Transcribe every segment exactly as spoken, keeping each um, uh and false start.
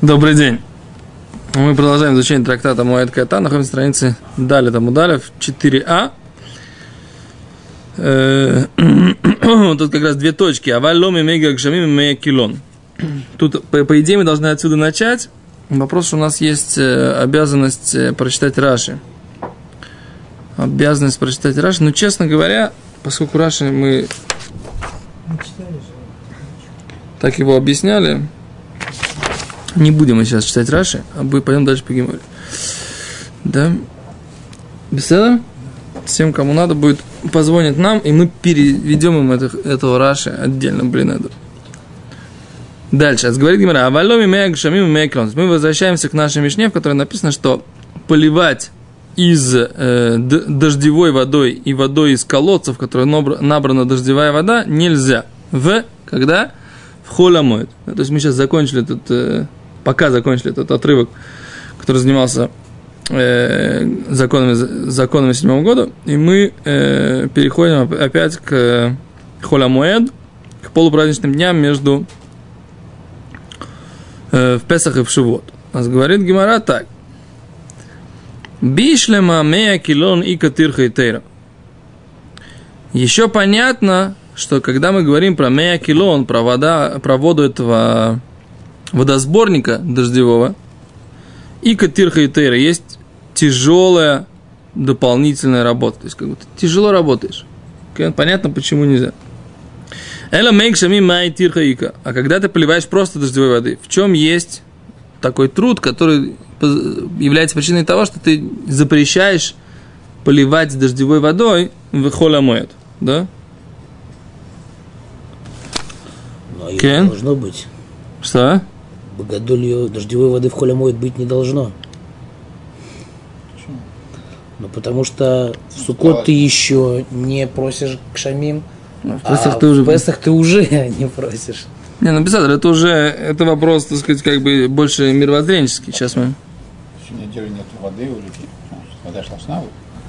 Добрый день. Мы продолжаем изучение трактата Моэд Катан. Находимся на странице Далит Амудалев четыре а. Тут как раз две точки. Аваллом и мега гшамим и мега килон. Тут, по, по идее, мы должны отсюда начать. Вопрос, что у нас есть обязанность прочитать Раши. Обязанность прочитать Раши. Но, честно говоря, поскольку Раши мы так его объясняли, не будем мы сейчас читать Раши, а пойдем дальше по Геморе. Да? Беседа? Всем, кому надо, будет позвонить нам, и мы переведем им это, этого Раши отдельно, блин, это. Дальше. Говорит Гемора, аваломи мея гшамим мея килон. Мы возвращаемся к нашей мишне, в которой написано, что поливать из э, д- дождевой водой и водой из колодцев, в которой набрана дождевая вода, нельзя. В, когда? В холямоид. То есть мы сейчас закончили этот, э, пока закончили этот отрывок, который занимался э, законами, законами седьмого года, и мы э, переходим опять к холямоид, к полупраздничным дням между э, в Песах и в Шивот. Нас говорит Гемара так. Бишлема мея килон и катирха и тейра. Еще понятно, что когда мы говорим про мея килон, про, вода, про воду этого водосборника дождевого, и катирха и тейра, есть тяжелая дополнительная работа. То есть как будто тяжело работаешь. Понятно, почему нельзя. Эла мейк шами май тирха ика. А когда ты поливаешь просто дождевой воды, в чем есть такой труд, который является причиной того, что ты запрещаешь поливать дождевой водой в холямоид, да? Но ее не должно быть. Что? Богодолью дождевой воды в холямоид быть не должно. Почему? Ну, потому что в Суккот ты еще не просишь кшамим, Ну, в а Песах ты уже... в Песах ты уже не просишь. Не, ну, Бесседер, это уже, это вопрос, так сказать, как бы больше мировоззренческий. Сейчас мы... Всю неделю нет воды у реки. Вода шла с навы.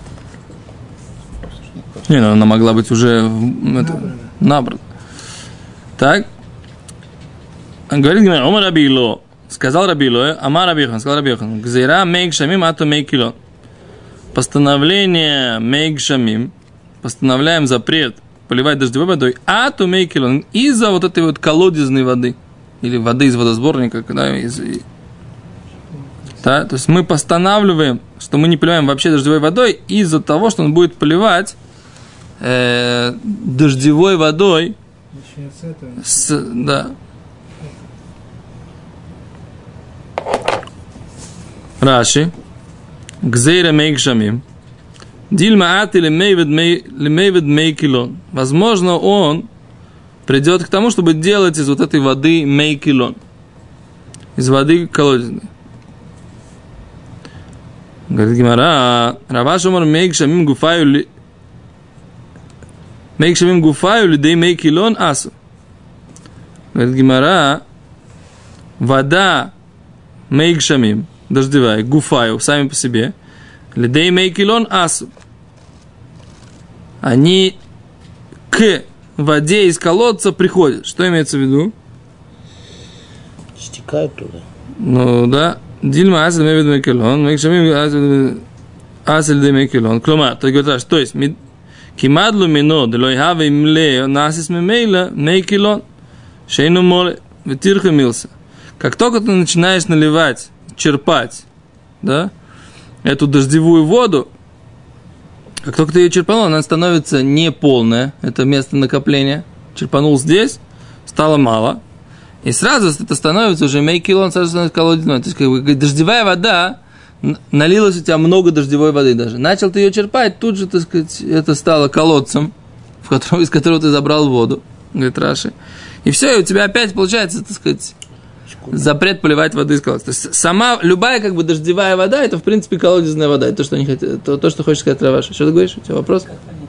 Не, ну, она могла быть уже набрана. Так. Говорит, говорит, Омар Рабило. Сказал Рабило, Амар Рабихан, сказал Рабихан. Гзейра мейк шамим, ато мейк килон. Постановление мейк шамим. Постановляем запрет поливать дождевой водой, а то мейкилон, из-за вот этой вот колодезной воды, или воды из водосборника, да, из... да, то есть мы постанавливаем, что мы не поливаем вообще дождевой водой из-за того, что он будет поливать э, дождевой водой с, да. Раши Гзейра мейк шамим Дильма ати лемейвед мейкилон. Возможно, он придет к тому, чтобы делать из вот этой воды мейкилон. Из воды колодезной. Говорит Гемара, Раваш омар мейк шамим гуфаю ли... Мейк шамим гуфаю ли дей мейкилон асу. Говорит Гемара, вода мейк шамим, дождевая, гуфаю, сами по себе, лидей мейкилон асу. Они к воде из колодца приходят. Что имеется в виду? Стекают туда. Ну да. Дильма асу лидей мейкилон. Мейкшамим асу лидей мейкилон. Клома, то есть, то есть, кимадлу мино, делой хаве мле, насис мемейла, мейкилон, шейну моле, ветирха милса. Как только ты начинаешь наливать, черпать, да, эту дождевую воду, как только ты ее черпанул, она становится неполная, это место накопления. Черпанул здесь, стало мало, и сразу это становится уже мейкилон, сразу становится колодезной. То есть как бы дождевая вода, налилось у тебя много дождевой воды даже. Начал ты ее черпать, тут же, так сказать, это стало колодцем, в котором, из которого ты забрал воду, говорит Раши. И все, и у тебя опять получается, так сказать, запрет поливать воду из колодца. То есть сама, любая как бы дождевая вода, это в принципе колодезная вода. Это то, что они хотят, то, то, что хочешь сказать Раваша. Что ты говоришь? У тебя вопрос?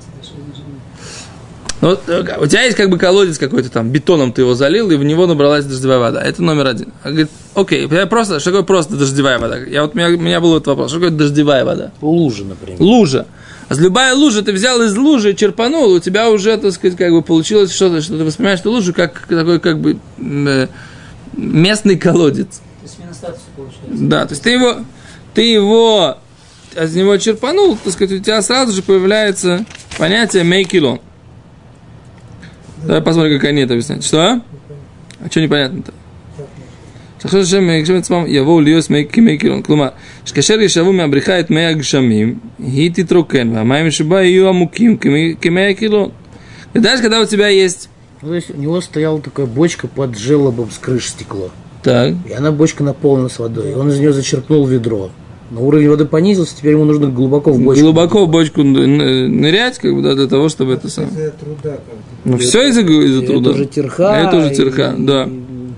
Ну, вот, у тебя есть как бы колодец какой-то там, бетоном ты его залил, и в него набралась дождевая вода. Это номер один. Он говорит, окей, просто, что такое просто дождевая вода? Я, вот, у, меня, у меня был этот вопрос. Что такое дождевая вода? Лужа, например. Лужа. А любая лужа, ты взял из лужи, черпанул, у тебя уже, так сказать, как бы получилось что-то, что ты воспринимаешь эту лужу как такой как бы... Э, местный колодец. Это смена статуса получается. Да, то есть ты его, ты его, из него черпанул, так сказать, у тебя сразу же появляется понятие мейкилон. Давай посмотрим, как они это объясняют. Что? А что непонятно-то? Сахар Шем Мейкшем Яво Лиос Мейкилон. Клума, Шкашер Ешаву Меабрихает Мея Гшамим, Гити Трокен, Вамаем Шиба Ию Амуким, Кемеякилон. И дальше, когда у тебя есть... Ну, то есть у него стояла такая бочка под желобом, с крыши стекло. Так. И она бочка наполнена с водой. И он из нее зачерпнул ведро. Но уровень воды понизился, теперь ему нужно глубоко в бочку. Глубоко в бочку нырять, как бы, да, для того, чтобы это самое. Из-за труда. Ну, все из-за, из-за труда. Это уже терха. Это уже терха, и... да.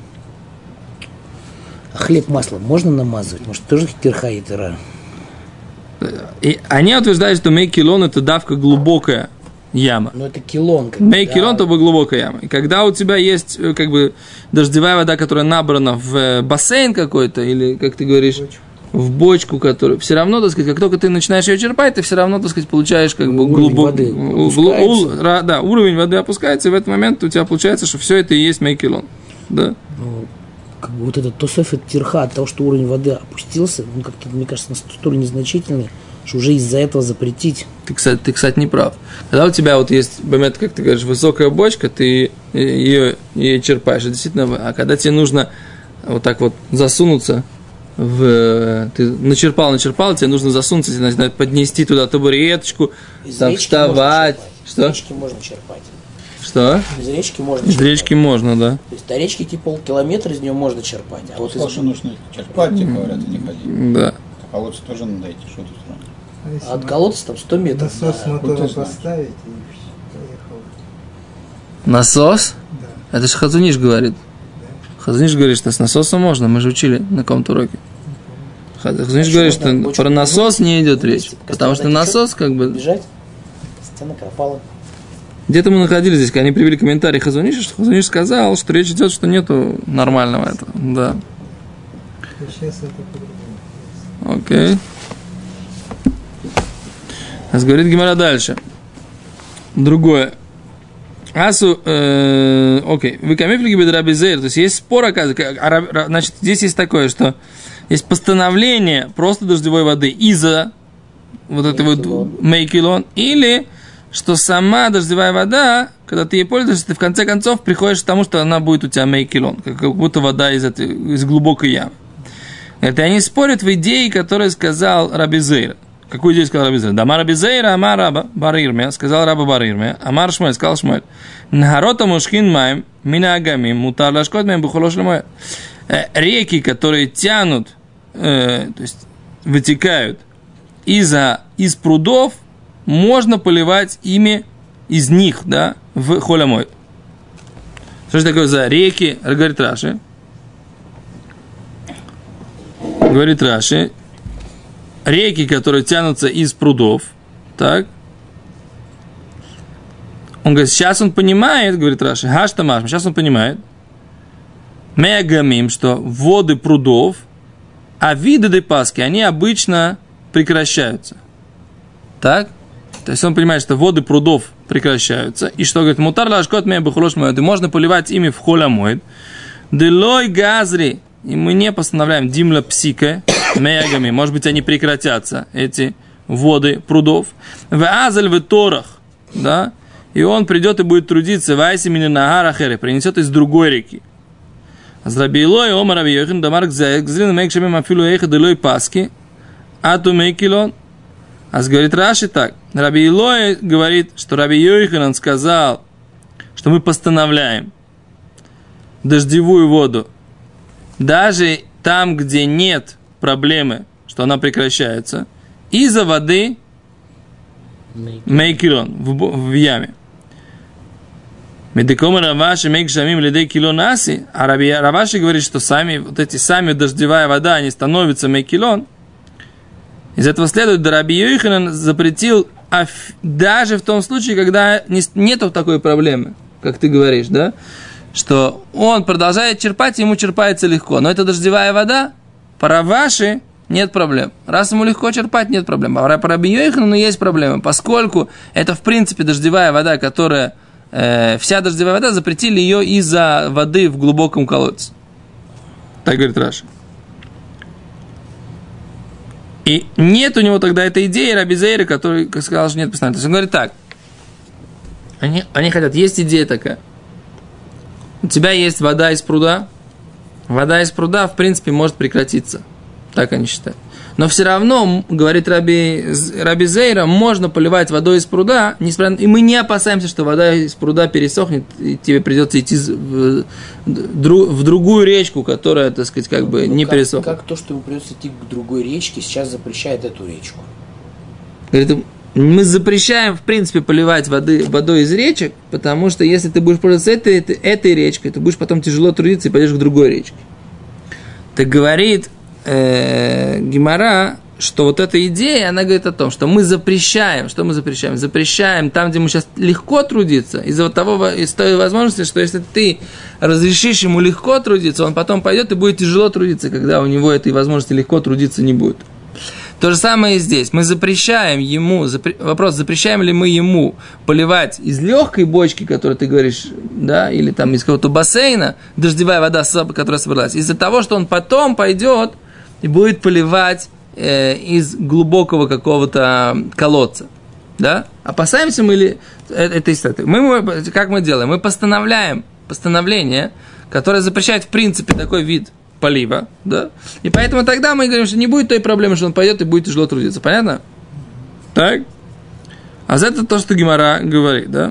А хлеб маслом можно намазывать? Может, тоже терха и тера? И они утверждают, что мейкилон это давка глубокая яма. Ну, это килон. Мейкилон да. это глубокая яма. И когда у тебя есть, как бы, дождевая вода, которая набрана в бассейн какой-то, или, как ты говоришь, бочку. в бочку, которую все равно, так сказать, как только ты начинаешь ее черпать, ты все равно, так сказать, получаешь как бы глубокий да, уровень воды опускается, и в этот момент у тебя получается, что все это и есть мейкилон. Да. Ну, как бы вот этот тосефет тирха от того, что уровень воды опустился, ну, как-то, мне кажется, настолько незначительный, что уже из-за этого запретить. Ты, кстати, ты, кстати, не прав. Когда у тебя вот есть, бэмет, как ты говоришь, высокая бочка, ты ее, ее черпаешь, действительно, а когда тебе нужно вот так вот засунуться в... Ты начерпал, начерпал, тебе нужно засунуться, тебе надо поднести туда табуреточку, там вставать. Что? Из речки можно черпать. Что? Из речки можно Из черпать. речки можно, да. То есть до речки идти полкилометра, из нее можно черпать. А вот Сказал, из... что нужно черпать, тебе говорят, и не ходи. Да. А колодцы тоже надо идти, что тут сразу. А А от колодца там сто метров. Насос Да. мотора Вот ты поставить и поехал. Насос? Да. Это же Хазуниш говорит. Хазуниш говорит, что с насосом можно. Мы же учили на каком-то уроке. Хазуниш говорит, что можно про насос не идет речь. Вместе, Потому что насос как бы... Бежать, стена кропала. Где-то мы находились здесь, когда они привели комментарий Хазуниша, что Хазуниш сказал, что речь идет, что нету нормального этого. Да. И сейчас это по-другому. Окей. Нас говорит Гемара дальше. Другое. Асу, э, окей. Вы камифлиги бедрабизейр. То есть есть спор, оказывается. Значит, здесь есть такое, что есть постановление просто дождевой воды из-за вот этого вот мейкилон, или что сама дождевая вода, когда ты ей пользуешься, ты в конце концов приходишь к тому, что она будет у тебя мейкилон, как будто вода из, этой, из глубокой ямы. Это они спорят в идее, которую сказал Раби Зейр. Какую идею сказал Раби Зейр? Дама Раби Зейра, ама раба Барирме, сказал раба Барирме, амар Шмуэль, сказал Шмуэль. Нагарота мушхин маем, мина агамим, мутар лашкот маем, бухолош лемоэ. Реки, которые тянут, э, то есть вытекают из-за, из прудов, можно поливать ими из них, да, в холямой. Что же такое за реки? Говорит Раши. Говорит Раши. Реки, которые тянутся из прудов, так. Он говорит, сейчас он понимает, говорит Раши, хаштамаш, сейчас он понимает, мегамим, что воды прудов, а виды депаски, они обычно прекращаются. Так? То есть он понимает, что воды прудов прекращаются. И что говорит, мутар лашкот мея бахулош моет. И можно поливать ими в холя моет. Делой газри. И мы не постановляем димла псика меягами. Может быть, они прекратятся, эти воды прудов. В азель в торах. Да? И он придет и будет трудиться. В айсимини нагара хере. Принесет из другой реки. Азрабилой омар авиохан дамарк зэкзрин мейкшамим афилу эйха делой паски. Ату мейкилон. А говорит Раши так. Раби Илой говорит, что Раби Йоханан сказал, что мы постановляем дождевую воду даже там, где нет проблемы, что она прекращается, из-за воды мейкилон в, в яме. Медикома Раваши мейкшамим лидей килон аси, а Раби Раваши говорит, что сами вот эти сами дождевая вода, они становятся мейкилон. Из этого следует, что Раби Йоханан запретил даже в том случае, когда нету такой проблемы, как ты говоришь, да, что он продолжает черпать, ему черпается легко, но это дождевая вода, по Раваши нет проблем. Раз ему легко черпать, нет проблем. А по Раби Йоханану есть проблемы, поскольку это в принципе дождевая вода, которая, э, вся дождевая вода, запретили ее из-за воды в глубоком колодце. Так говорит Раши. И нет у него тогда этой идеи Раби Зейра, который сказал, что нет постановления. То есть он говорит так. Они, они хотят, есть идея такая. У тебя есть вода из пруда. Вода из пруда, в принципе, может прекратиться. Так они считают. Но все равно, говорит Раби, Раби Зейра, можно поливать водой из пруда, несмотря, и мы не опасаемся, что вода из пруда пересохнет, и тебе придется идти в, в другую речку, которая, так сказать, как бы ну, не как, пересохнет. Как то, что ему придется идти к другой речке, сейчас запрещает эту речку? Говорит, мы запрещаем, в принципе, поливать воды, водой из речек, потому что если ты будешь пользоваться этой, этой, этой речкой, ты будешь потом тяжело трудиться и пойдешь к другой речке. Так говорит э, Гемара, что вот эта идея, она говорит о том, что мы запрещаем, что мы запрещаем? Запрещаем там, где ему сейчас легко трудиться, из-за того, из той возможности, что если ты разрешишь ему легко трудиться, он потом пойдет и будет тяжело трудиться, когда у него этой возможности легко трудиться не будет. То же самое и здесь. Мы запрещаем ему, запре... вопрос, запрещаем ли мы ему поливать из легкой бочки, которую ты говоришь, да, или там из какого-то бассейна, дождевая вода, которая собралась, из-за того, что он потом пойдет и будет поливать э, из глубокого какого-то колодца, да? Опасаемся мы ли этой ситуации? Мы, как мы делаем? Мы постановляем постановление, которое запрещает в принципе такой вид полива, да, и поэтому тогда мы говорим, что не будет той проблемы, что он пойдет и будет тяжело трудиться, понятно? Так? А за это то, что Гемара говорит, да?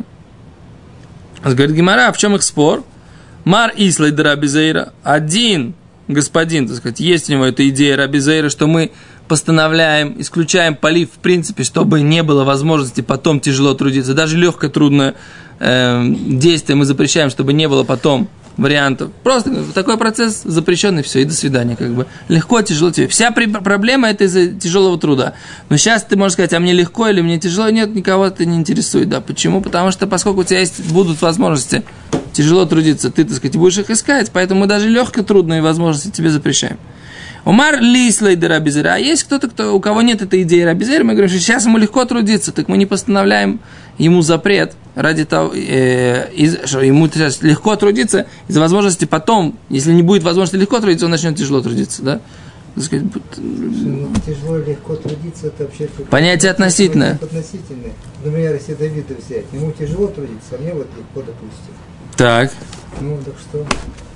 Говорит Гемара, а в чем их спор? Мар Ислай да Раби Зейра, один господин, так сказать, есть у него эта идея Раби Зейра, что мы постановляем, исключаем полив, в принципе, чтобы не было возможности потом тяжело трудиться, даже легкое трудное э, действие мы запрещаем, чтобы не было потом вариантов. Просто такой процесс запрещенный, все, и до свидания, как бы. Легко, тяжело тебе. Вся при- проблема это из-за тяжелого труда. Но сейчас ты можешь сказать, а мне легко или мне тяжело? Нет, никого это не интересует, да. Почему? Потому что поскольку у тебя есть, будут возможности тяжело трудиться, ты, так сказать, будешь их искать, поэтому мы даже легкие трудные возможности тебе запрещаем. Умар лислай де Раби Зейра. А есть кто-то, кто, у кого нет этой идеи Раби Зейра, мы говорим, что сейчас ему легко трудиться, так мы не постановляем ему запрет ради того, э, из, что ему сейчас легко трудиться, из-за возможности потом, если не будет возможности легко трудиться, он начнет тяжело трудиться, да? Сказать, ну, тяжело, легко трудиться, это вообще... Понятие относительное. Относительное. Например, если Давида взять, ему тяжело трудиться, а мне вот легко, допустим. Так. Ну, так что...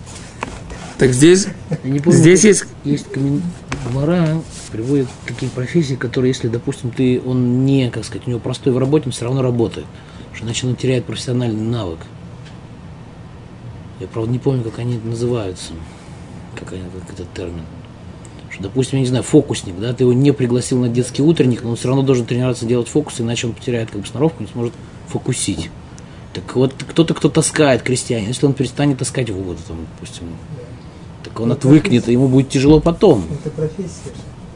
Так здесь, не помню, здесь есть... Есть Гемара, приводит такие профессии, которые, если, допустим, ты, он не, как сказать, у него простой в работе, он все равно работает. Потому что иначе он теряет профессиональный навык. Я, правда, не помню, как они называются. Как, они, как этот термин. Что, допустим, я не знаю, фокусник, да, ты его не пригласил на детский утренник, но он все равно должен тренироваться делать фокусы, иначе он потеряет как бы сноровку, не сможет фокусить. Так вот, кто-то, кто таскает, крестьянин, если он перестанет таскать воду, там, допустим, так он это отвыкнет, и ему будет тяжело потом. Это профессия.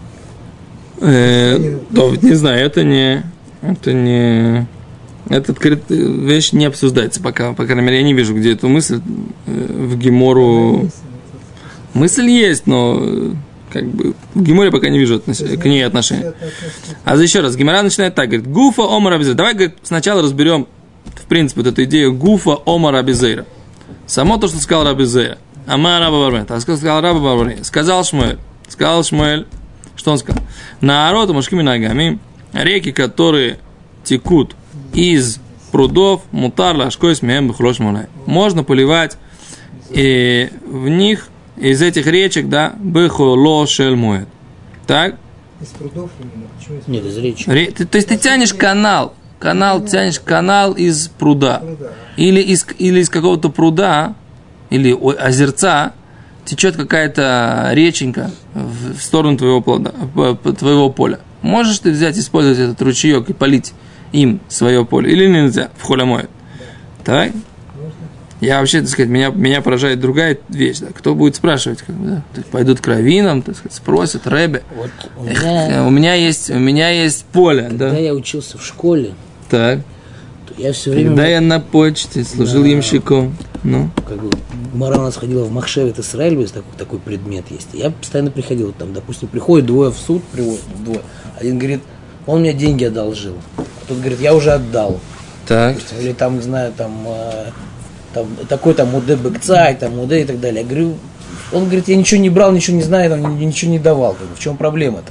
Э, да, не знаю, это не... Это не... Эта вещь не обсуждается пока. По крайней мере, я не вижу, где эту мысль в Гемору... Мысль есть, но как бы в Геморе пока не вижу отнош... к ней отношения. А еще раз, Гемора начинает так, говорит, Гуфа Омар Раби Зейра. Давай, говорит, сначала разберем, в принципе, вот эту идею Гуфа Омар Раби Зейра. Само то, что сказал Раби Зейра. Ама Раба Барбарин. Так сказал Раба Барбарин. Сказал Шмуэль. Сказал Шмуэль. Что он сказал? Наарот мушкими ногами. Реки, которые текут из прудов, мутар лашкой смеем бихлош мулай. Можно поливать и в них, из этих речек, да, бихло шель муэд. Так? Из прудов именно? Почему из Нет, из речи. Ре, ты, то есть ты тянешь канал. Канал, тянешь канал из пруда. пруда. Или из, или из какого-то пруда, или озерца, течет какая-то реченька в сторону твоего, плода, твоего поля. Можешь ты взять, использовать этот ручеек и полить им свое поле? Или нельзя? В холе моет. Так? Я вообще, так сказать, меня, меня поражает другая вещь. Да? Кто будет спрашивать? Как бы, да? Пойдут к раввинам, так сказать, спросят, рэбе. Вот у Эх, меня, у меня есть, у меня есть поле. когда Да? я учился в школе, Так. то я все время... Когда я на почте служил Да. ямщиком. Ну. Как бы, Гемара у нас ходила в Махшевет Исраэль, такой, такой предмет есть. Я постоянно приходил, там, допустим, приходит двое в суд, приводят двое. Один говорит, он мне деньги одолжил. А тот говорит, я уже отдал. Так. Допустим, или там, не знаю, там, э, там такой там Муде Бекцай, там Муде и так далее. Я говорю, он говорит, я ничего не брал, ничего не знаю, там, ничего не давал. Как бы, в чем проблема-то?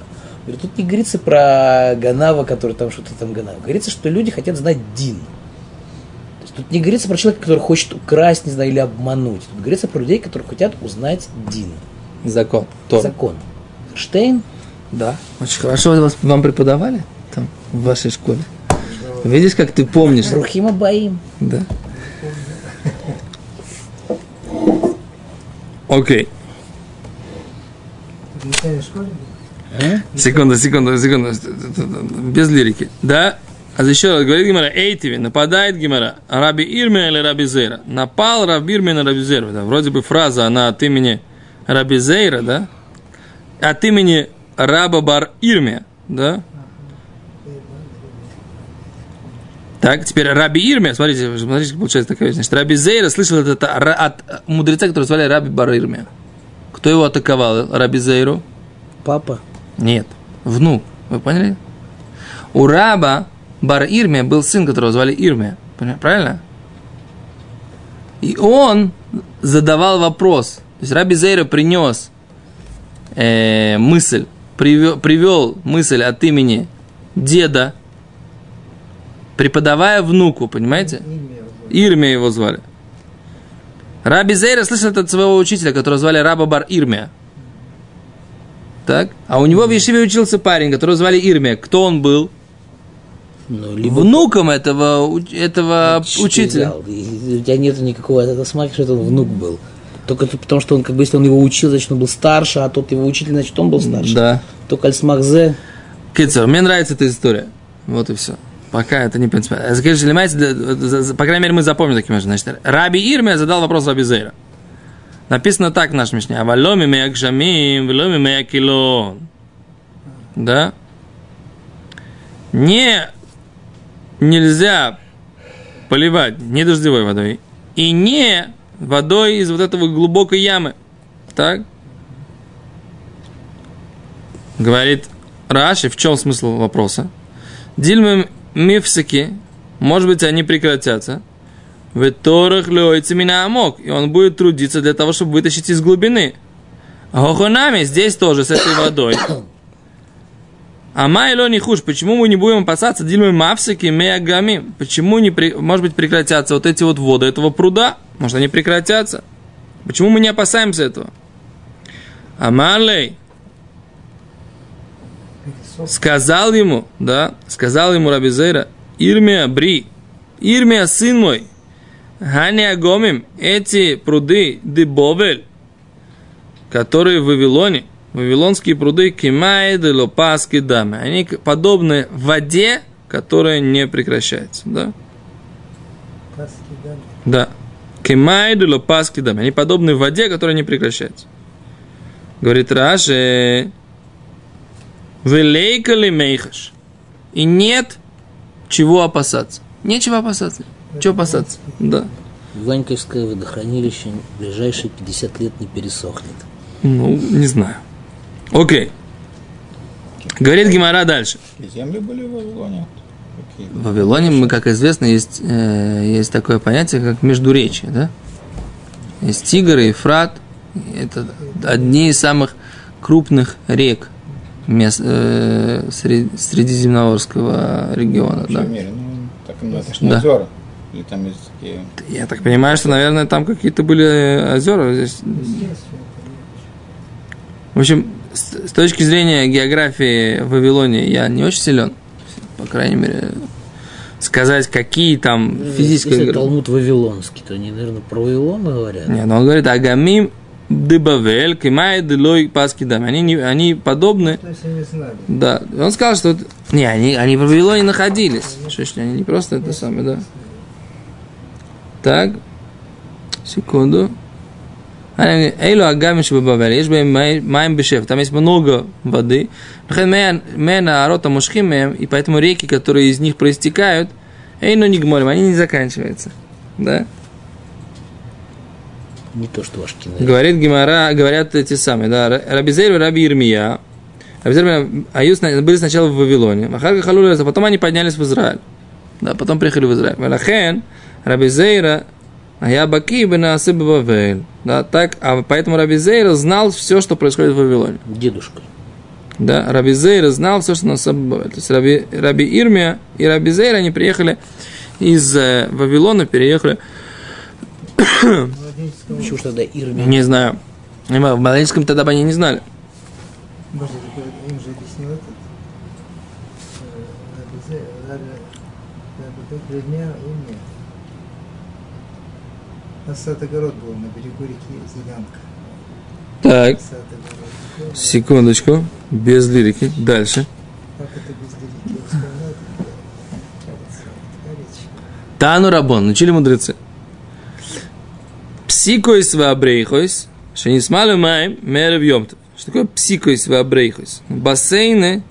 Говорит, тут не говорится про Ганава, который там что-то там Ганава. Говорится, что люди хотят знать дин. То есть тут не говорится про человека, который хочет украсть, не знаю, или обмануть. Тут говорится про людей, которые хотят узнать дин. Закон. Тор. Закон. Штейн? Да. Очень хорошо вас, вам преподавали там, в вашей школе. Видишь, как ты помнишь? Рухима Баим. Да. Окей. Секунду, секунду, секунду. Без лирики. Да? А еще раз говорит Гемара, Эйтиви, нападает Гемара, Раби Ирмия или Раби Зейра. Напал Раби Ирмия на Раби Зейра. Да? Вроде бы фраза, она от имени Раби Зейра, да? От имени Раба Бар Ирмия, да? Так, теперь Раби Ирмия, смотрите, смотрите, получается такая вещь. Значит, Раби Зейра слышал это от мудреца, который звали Раби Бар Ирмия. Кто его атаковал? Раби Зейру? Папа? Нет, внук. Вы поняли? У Раба Бар Ирмия был сын, которого звали Ирмия. Правильно? И он задавал вопрос. То есть Раби Зейра принес э, мысль, привел, привел мысль от имени деда, преподавая внуку, понимаете? Ирмия его звали. Раби Зейра слышал это от своего учителя, которого звали Раба Бар Ирмия. Так? А у него в Ешиве учился парень, которого звали Ирмия. Кто он был? Ну, либо внуком этого, этого ну, учителя. И у тебя нет никакого этого смака, что это он внук был. Только потому, что он, как бы, если он его учил, значит, он был старше, а тот его учитель, значит, он был старше. Да. Только Альсмахзе. Кицер, мне нравится эта история. Вот и все. Пока это не принципиально. По крайней мере, мы запомним таким образом. Значит, Раби Ирмия задал вопрос Раби Зейра. Написано так в нашем Мишне. Аваломи мея гшамим, веломи мея килон. Да? Не нельзя поливать не дождевой водой и не водой из вот этого глубокой ямы. Так? Говорит Раши, в чем смысл вопроса? Дильмы мифсики, может быть, они прекратятся. В торах лёйца мина амок, и он будет трудиться для того, чтобы вытащить из глубины. Гохонами здесь тоже с этой водой. А майло не хуже. Почему мы не будем опасаться дильмы мавсики меагами? Почему не, при... может быть, прекратятся вот эти вот воды этого пруда? Может, они прекратятся? Почему мы не опасаемся этого? Амалей сказал ему, да, сказал ему Раби Зейра, Ирмия бри, Ирмия, сын мой, Ханя гомим, эти пруды дебовель, которые в Вавилоне, вавилонские пруды, кимай де лопаски дамы, они подобны воде, которая не прекращается, да? Да. Кимай де лопаски дамы, они подобны воде, которая не прекращается. Говорит Раши, велейкали мейхаш, и нет чего опасаться. Нечего опасаться. Чего опасаться? Да. Ваньковское водохранилище в ближайшие пятьдесят лет не пересохнет. Ну, не знаю. Окей. Говорит Гемара дальше. Земли были в Вавилоне? Какие? В Вавилоне, мы, как известно, есть, э, есть такое понятие, как междуречие, да? Есть Тигр и Ефрат. Это одни из самых крупных рек мест, э, сред, Средиземноморского региона. В да. мире, ну, так, ну, это же не Да. озера. Или там есть такие... Я так понимаю, что, наверное, там какие-то были озера. Здесь. В общем, с, с точки зрения географии в Вавилоне я не очень силен. По крайней мере, сказать, какие там физические... Если Талмуд вавилонский, то они, наверное, про Вавилон говорят. Нет, но он говорит, агамим дебавель, кимай делой паски дам. Они, не, они подобны... То есть они знали. Да, он сказал, что... это- Не, они, они в Вавилоне находились. Что ж, они не просто это самое, да. Так, секунду. Эйлу агамиш бабавель, есть бы маем бешев, там есть много воды. Мена арота мушхим, и поэтому реки, которые из них проистекают, эйну нигмолем, они не заканчиваются. Да? Не то, что ваш кино. Говорит Гемара, говорят эти самые, да, Раби Зейр и Раби Ирмия. Раби Зейр и Аюс были сначала в Вавилоне, а потом они поднялись в Израиль. Да, потом приехали в Израиль. Велахен, Раби Зейра, а я баки бы на Бавель. Да, так, а поэтому Раби Зейра знал все, что происходит в Вавилоне. Дедушка. Да, Раби Зейр знал все, что нас собой. То есть Раби, Раби Ирмия и Раби Зейр, они приехали из э, Вавилона, переехали. Почему что тогда Ирмия? Не знаю. В Младенческом тогда бы они не знали. Боже, им же объяснил этот. Раби Зейр, Раби Ирмия, Ирмия. Асад огород был на берегу реки Зелянка. Так, Асад огород. секундочку, без лирики, дальше. Как это без лирики? Я вспоминаю, кажется, речь. Тану Рабон, учили мудрецы. Псикойс ваабрейхойс, шенисмалю маем мерев йомтов. Что такое псикойс ваабрейхойс? Бассейны,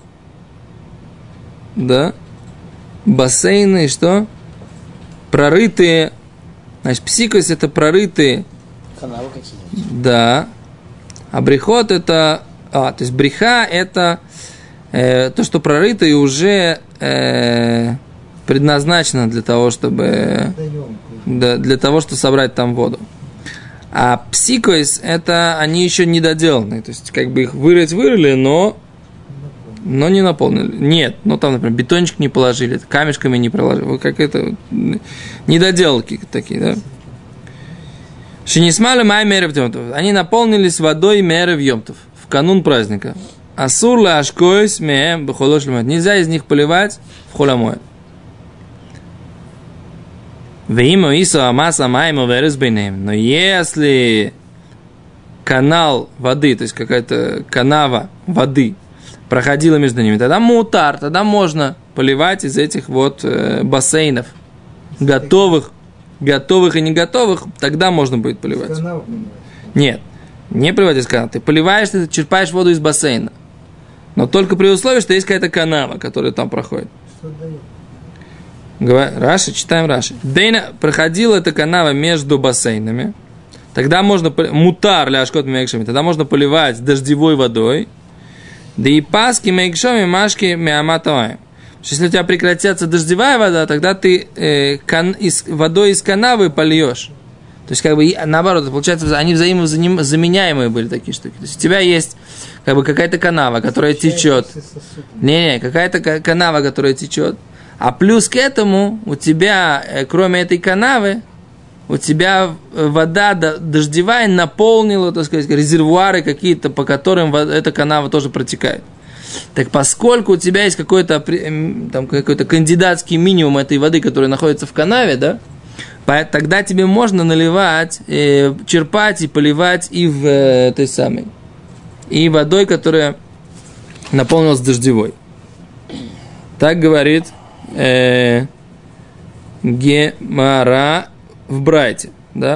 да, бассейны, что? Прорытые, значит, псикойс это прорытые. Канавы какие-нибудь. Да. А брехот это, а, то есть бреха это э, то, что прорыто и уже э, предназначено для того, чтобы, да, для того, чтобы собрать там воду. А псикойс это они еще не доделаны, то есть как бы их вырыть вырыли, но, но не наполнили. Нет, ну там, например, бетончик не положили, камешками не проложили, вот как это недоделки такие, да. Шинисмали май мерев йомтов. Они наполнились водой мерев йомтов в канун праздника. Асурла ашкоис меем бхолош лимат. Нельзя из них поливать в холомой. Веимо исо амаса маймо верес бейнеем. Но если канал воды, то есть какая-то канава воды проходила между ними, тогда мутар, тогда можно поливать из этих вот э, бассейнов готовых. Готовых и не готовых, тогда можно будет поливать. Канал, Нет, не поливать из канала. Ты поливаешь, ты черпаешь воду из бассейна. Но только при условии, что есть какая-то канава, которая там проходит. что дает? Говор... Раши, читаем Раши. Дейна, проходила эта канава между бассейнами. Тогда можно, мутар ля ашкот мейкшами, тогда можно поливать дождевой водой. Да и паски мейкшами машки миаматавай. Если у тебя прекратится дождевая вода, тогда ты э, кан, из, водой из канавы польешь. То есть, как бы, наоборот, получается, они взаимозаменяемые были такие штуки. То есть, у тебя есть, как бы, какая-то канава, которая течет. Не-не, какая-то канава, которая течет. А плюс к этому, у тебя, э, кроме этой канавы, у тебя вода дождевая наполнила, так сказать, резервуары какие-то, по которым эта канава тоже протекает. Так поскольку у тебя есть какой-то, там, какой-то кандидатский минимум этой воды, которая находится в канаве, да, тогда тебе можно наливать, э, черпать и поливать и в э, той самой, и водой, которая наполнилась дождевой. Так говорит э, Гемара в Брайте, да.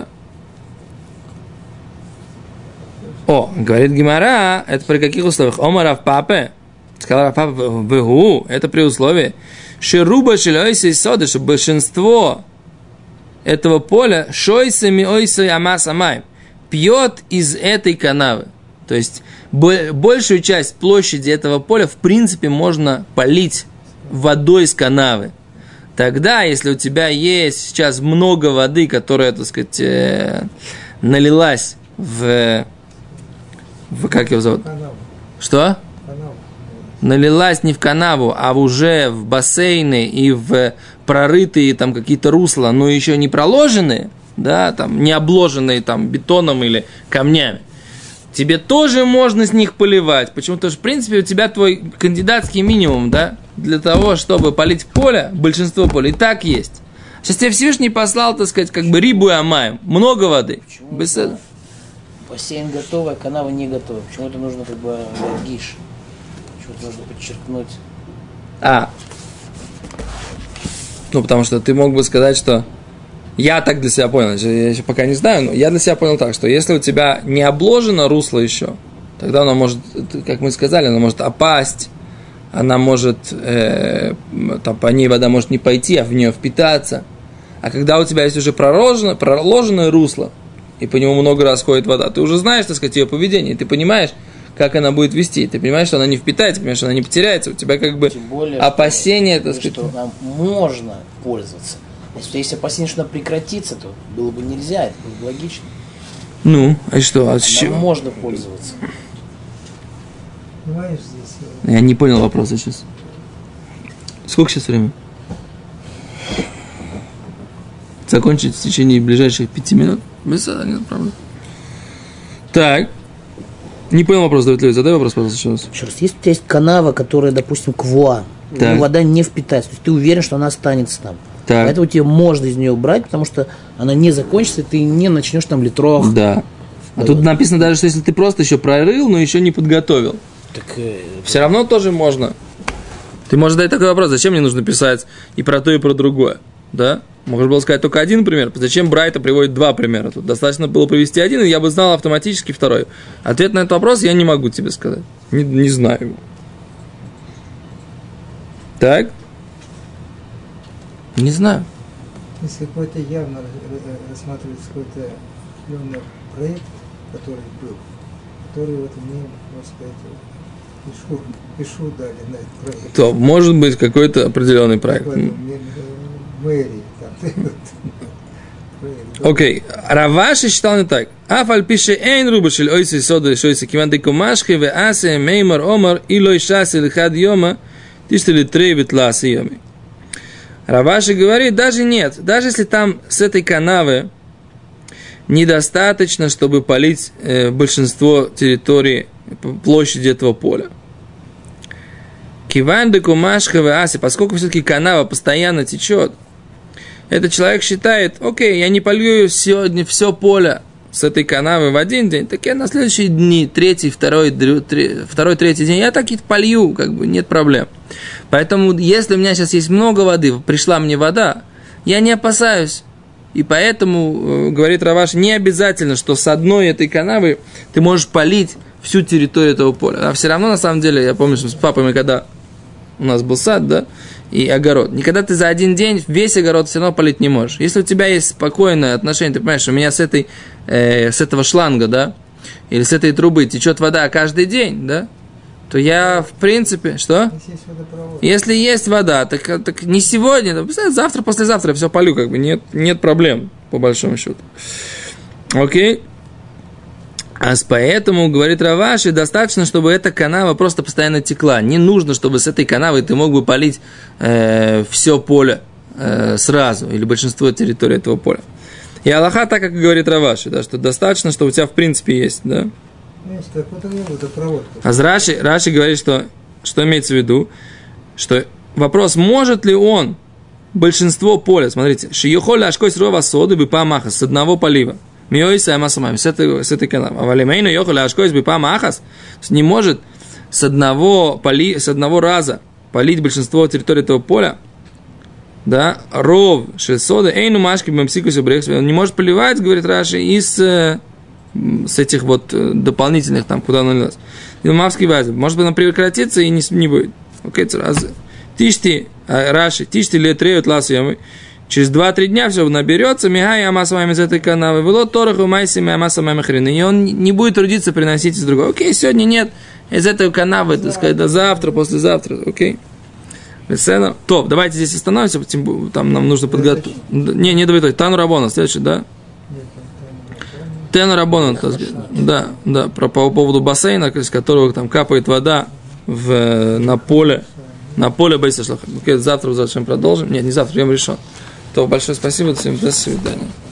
О, говорит Гемара, это при каких условиях? Омара в папе. Сказал папа в Игу, это при условии, шируба шилойся и соды, что большинство этого поля шойсами ойсой амас амай пьет из этой канавы. То есть большую часть площади этого поля в принципе можно полить водой из канавы. Тогда, если у тебя есть сейчас много воды, которая, так сказать, налилась в, в как его зовут? Канал. Что? Канал. Налилась не в канаву, а уже в бассейны и в прорытые там какие-то русла, но еще не проложенные, да, там, не обложенные там бетоном или камнями, тебе тоже можно с них поливать. Почему? Потому что, в принципе, у тебя твой кандидатский минимум, да, для того, чтобы полить поле, большинство поля и так есть. Сейчас тебе Всевышний послал, так сказать, как бы рибу и амаем, много воды. Почему Без... это бассейн готовый, а канава не готова? Почему это нужно как бы гиш? Почему это нужно подчеркнуть? А. Ну, потому что ты мог бы сказать, что я так для себя понял, я еще пока не знаю, но я для себя понял так, что если у тебя не обложено русло еще, тогда оно может, как мы сказали, оно может опасть, она может, э, там, по ней вода может не пойти, а в нее впитаться. А когда у тебя есть уже проложено, проложенное русло, и по нему много раз ходит вода, ты уже знаешь, так сказать, ее поведение, ты понимаешь, как она будет вести, ты понимаешь, что она не впитается, ты понимаешь, что она не потеряется, у тебя как бы более, опасения, что, так сказать. что нам можно пользоваться. Если есть опасение, что она прекратится, то было бы нельзя, это было бы логично. Ну, а что? А Нам с чего? можно пользоваться. Понимаешь, здесь... Я не понял вопроса сейчас. Сколько сейчас время? Закончить в течение ближайших пяти минут? Без нет проблем. Так. Не понял вопрос, Давид Левит. Задай вопрос, пожалуйста, еще раз. Еще раз. Если у тебя есть канава, которая, допустим, квуа, вода не впитается, то есть ты уверен, что она останется там. Так. Поэтому тебе можно из нее убрать, потому что она не закончится, и ты не начнешь там литров. Да. А тут написано даже, что если ты просто еще прорыл, но еще не подготовил. Так, э, все равно тоже можно. Ты можешь задать такой вопрос, зачем мне нужно писать и про то, и про другое? Да? Можно было сказать только один пример. Зачем Брайта приводит два примера? Тут достаточно было привести один, и я бы знал автоматически второй. Ответ на этот вопрос я не могу тебе сказать. Не, не знаю его. Так? Не знаю. Если какой-то явно рассматривается какой-то определенный проект, который был, который вот мне, можно сказать, пишу, пишу дали на этот проект. То может быть какой-то определенный проект. Мэрии. Окей. Раваши считал не так. Афаль пише эйн рубашель ойси сода шойси киванды кумашки ве асе меймар омар илой шаси лихад йома тиштели трейвит ласи йоми. Раваши говорит, даже нет, даже если там с этой канавы недостаточно, чтобы полить э, большинство территории, площади этого поля. Киванды кумашка ве асе, поскольку все-таки канава постоянно течет, этот человек считает, окей, я не полью сегодня все поле с этой канавы в один день, так я на следующие дни, третий, второй, три, второй, третий день, я так и полью, как бы нет проблем. Поэтому, если у меня сейчас есть много воды, пришла мне вода, я не опасаюсь. И поэтому, говорит Раваш, не обязательно, что с одной этой канавы ты можешь полить всю территорию этого поля. А все равно, на самом деле, я помню, что с папой мы когда у нас был сад, да, и огород. Никогда ты за один день весь огород все равно полить не можешь. Если у тебя есть спокойное отношение, ты понимаешь, что у меня с, этой, э, с этого шланга, да, или с этой трубы течет вода каждый день, да, то я, в принципе, что? Если есть вода, так, так не сегодня, так, завтра, послезавтра я все полю, как бы, нет, нет проблем, по большому счету. Окей? А поэтому, говорит Раваши, достаточно, чтобы эта канава просто постоянно текла. Не нужно, чтобы с этой канавой ты мог бы полить э, все поле э, сразу, или большинство территории этого поля. И Аллаха, так как говорит Раваши, да, что достаточно, что у тебя в принципе есть, да. А Раши, Раши говорит, что, что имеется в виду, что вопрос, может ли он большинство поля, смотрите, шиёхоля ашкойс рова соды бы памахас, с одного полива. Миойса амасамами, с этой, с этой канавы. А валимейну йохоля ашкойс бы памахас, не может с одного, поли, с одного раза полить большинство территории этого поля, да, ров шельсода, эйну машки бамсикусу брехс, он не может поливать, говорит Раши, из с этих вот дополнительных там, куда он налилось. Илмавский вазы. Может быть, он прекратится и не, не будет. Окей, сразу. Тишти, Раши, тишти летреют ласуемый. Через два-три дня все наберется, мигай амасамами из этой канавы, было тораху майсами амасамами хрена. И он не будет трудиться приносить из другого. Окей, сегодня нет, из этой канавы, так сказать, до завтра, послезавтра. Окей. Топ, давайте здесь остановимся, там нам нужно подготовить. Не, не давай, Тану Рабона, следующий, да? Тен Рабона, да, да, про, по поводу бассейна, из которого там капает вода в, на поле, на поле Бейса Шлаха. Завтра, завтра продолжим. Нет, не завтра, я решен. То большое спасибо, всем до свидания.